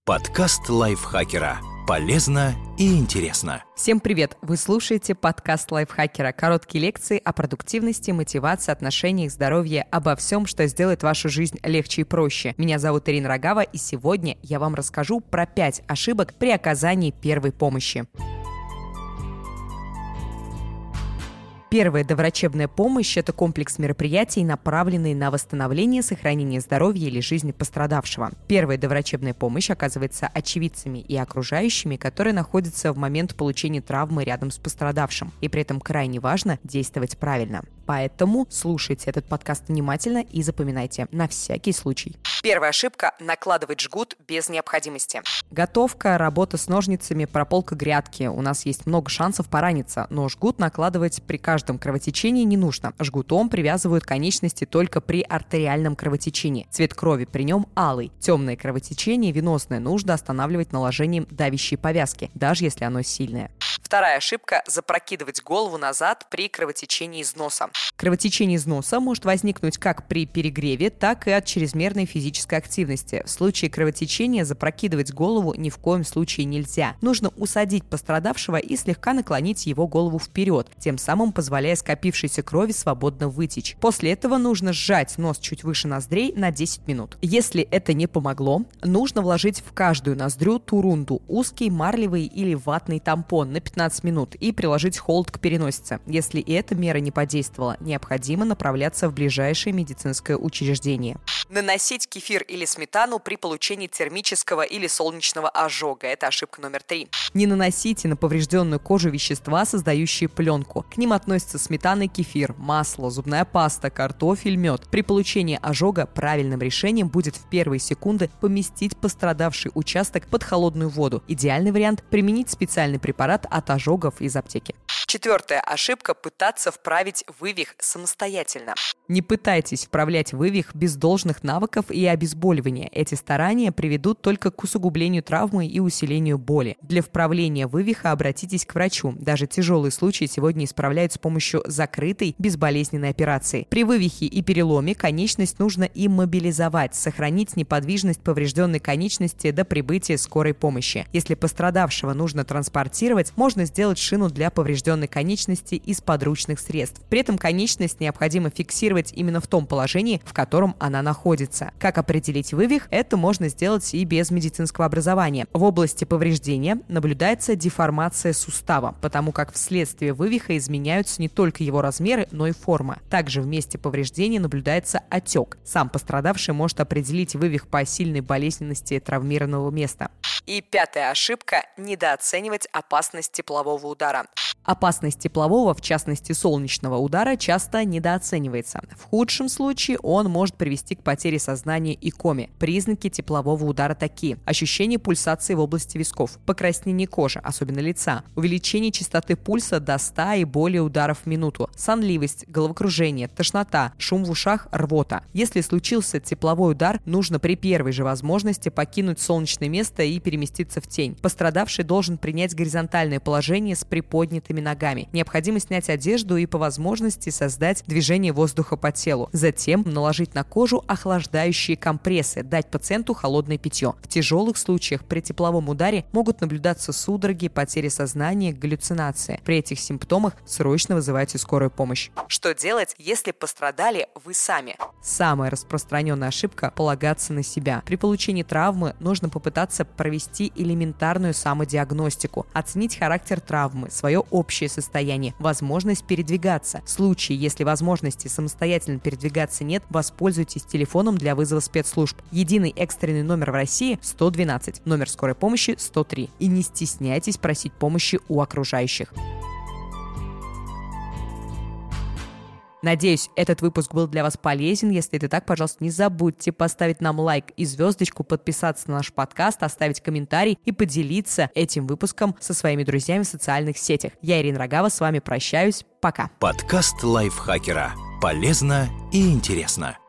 Подкаст лайфхакера. Полезно и интересно. Всем привет! Вы слушаете подкаст лайфхакера. Короткие лекции о продуктивности, мотивации, отношениях, здоровье, обо всем, что сделает вашу жизнь легче и проще. Меня зовут Ирина Рогава, и сегодня я вам расскажу про 5 ошибок при оказании первой помощи. Первая доврачебная помощь – это комплекс мероприятий, направленный на восстановление, сохранение здоровья или жизни пострадавшего. Первая доврачебная помощь оказывается очевидцами и окружающими, которые находятся в момент получения травмы рядом с пострадавшим. И при этом крайне важно действовать правильно. Поэтому слушайте этот подкаст внимательно и запоминайте на всякий случай. Первая ошибка – накладывать жгут без необходимости. Готовка, работа с ножницами, прополка грядки. У нас есть много шансов пораниться, но жгут накладывать при каждом кровотечении не нужно. Жгутом привязывают конечности только при артериальном кровотечении. Цвет крови при нем алый. Темное кровотечение венозное нужно останавливать наложением давящей повязки, даже если оно сильное. Вторая ошибка – запрокидывать голову назад при кровотечении из носа. Кровотечение из носа может возникнуть как при перегреве, так и от чрезмерной физической активности. В случае кровотечения запрокидывать голову ни в коем случае нельзя. Нужно усадить пострадавшего и слегка наклонить его голову вперед, тем самым позволяя скопившейся крови свободно вытечь. После этого нужно сжать нос чуть выше ноздрей на 10 минут. Если это не помогло, нужно вложить в каждую ноздрю турунду, узкий марлевый или ватный тампон на 15 минут и приложить холод к переносице. Если и эта мера не подействовала, необходимо направляться в ближайшее медицинское учреждение. Наносить кефир или сметану при получении термического или солнечного ожога. Это ошибка номер 3. Не наносите на поврежденную кожу вещества, создающие пленку. К ним относятся сметана и кефир, масло, зубная паста, картофель, мед. При получении ожога правильным решением будет в первые секунды поместить пострадавший участок под холодную воду. Идеальный вариант – применить специальный препарат от ожогов из аптеки. Четвертая ошибка – пытаться вправить вывих самостоятельно. Не пытайтесь вправлять вывих без должных навыков и обезболивания. Эти старания приведут только к усугублению травмы и усилению боли. Для вправления вывиха обратитесь к врачу. Даже тяжелые случаи сегодня исправляют с помощью закрытой безболезненной операции. При вывихе и переломе конечность нужно иммобилизовать, сохранить неподвижность поврежденной конечности до прибытия скорой помощи. Если пострадавшего нужно транспортировать, можно сделать шину для поврежденной конечности из подручных средств. При этом конечность необходимо фиксировать именно в том положении, в котором она находится. Как определить вывих? Это можно сделать и без медицинского образования. В области повреждения наблюдается деформация сустава, потому как вследствие вывиха изменяются не только его размеры, но и форма. Также в месте повреждения наблюдается отек. Сам пострадавший может определить вывих по сильной болезненности травмированного места. И пятая ошибка – недооценивать опасность теплового удара. Опасность теплового, в частности солнечного удара, часто недооценивается. В худшем случае он может привести к потере сознания и коме. Признаки теплового удара такие: ощущение пульсации в области висков, покраснение кожи, особенно лица, увеличение частоты пульса до 100 и более ударов в минуту, сонливость, головокружение, тошнота, шум в ушах, рвота. Если случился тепловой удар, нужно при первой же возможности покинуть солнечное место и переместиться в тень. Пострадавший должен принять горизонтальное положение с приподнятыми ногами. Необходимо снять одежду и по возможности создать движение воздуха по телу. Затем наложить на кожу охлаждающие компрессы, дать пациенту холодное питье. В тяжелых случаях при тепловом ударе могут наблюдаться судороги, потери сознания, галлюцинации. При этих симптомах срочно вызывайте скорую помощь. Что делать, если пострадали вы сами? Самая распространенная ошибка – полагаться на себя. При получении травмы нужно попытаться провести элементарную самодиагностику, оценить характер травмы, свое общее состояние, возможность передвигаться. В случае, если возможности самостоятельно передвигаться нет, воспользуйтесь телефоном для вызова спецслужб. Единый экстренный номер в России – 112, номер скорой помощи – 103. И не стесняйтесь просить помощи у окружающих. Надеюсь, этот выпуск был для вас полезен. Если это так, пожалуйста, не забудьте поставить нам лайк и звездочку, подписаться на наш подкаст, оставить комментарий и поделиться этим выпуском со своими друзьями в социальных сетях. Я, Ирина Рогава, с вами прощаюсь. Пока. Подкаст лайфхакера. Полезно и интересно.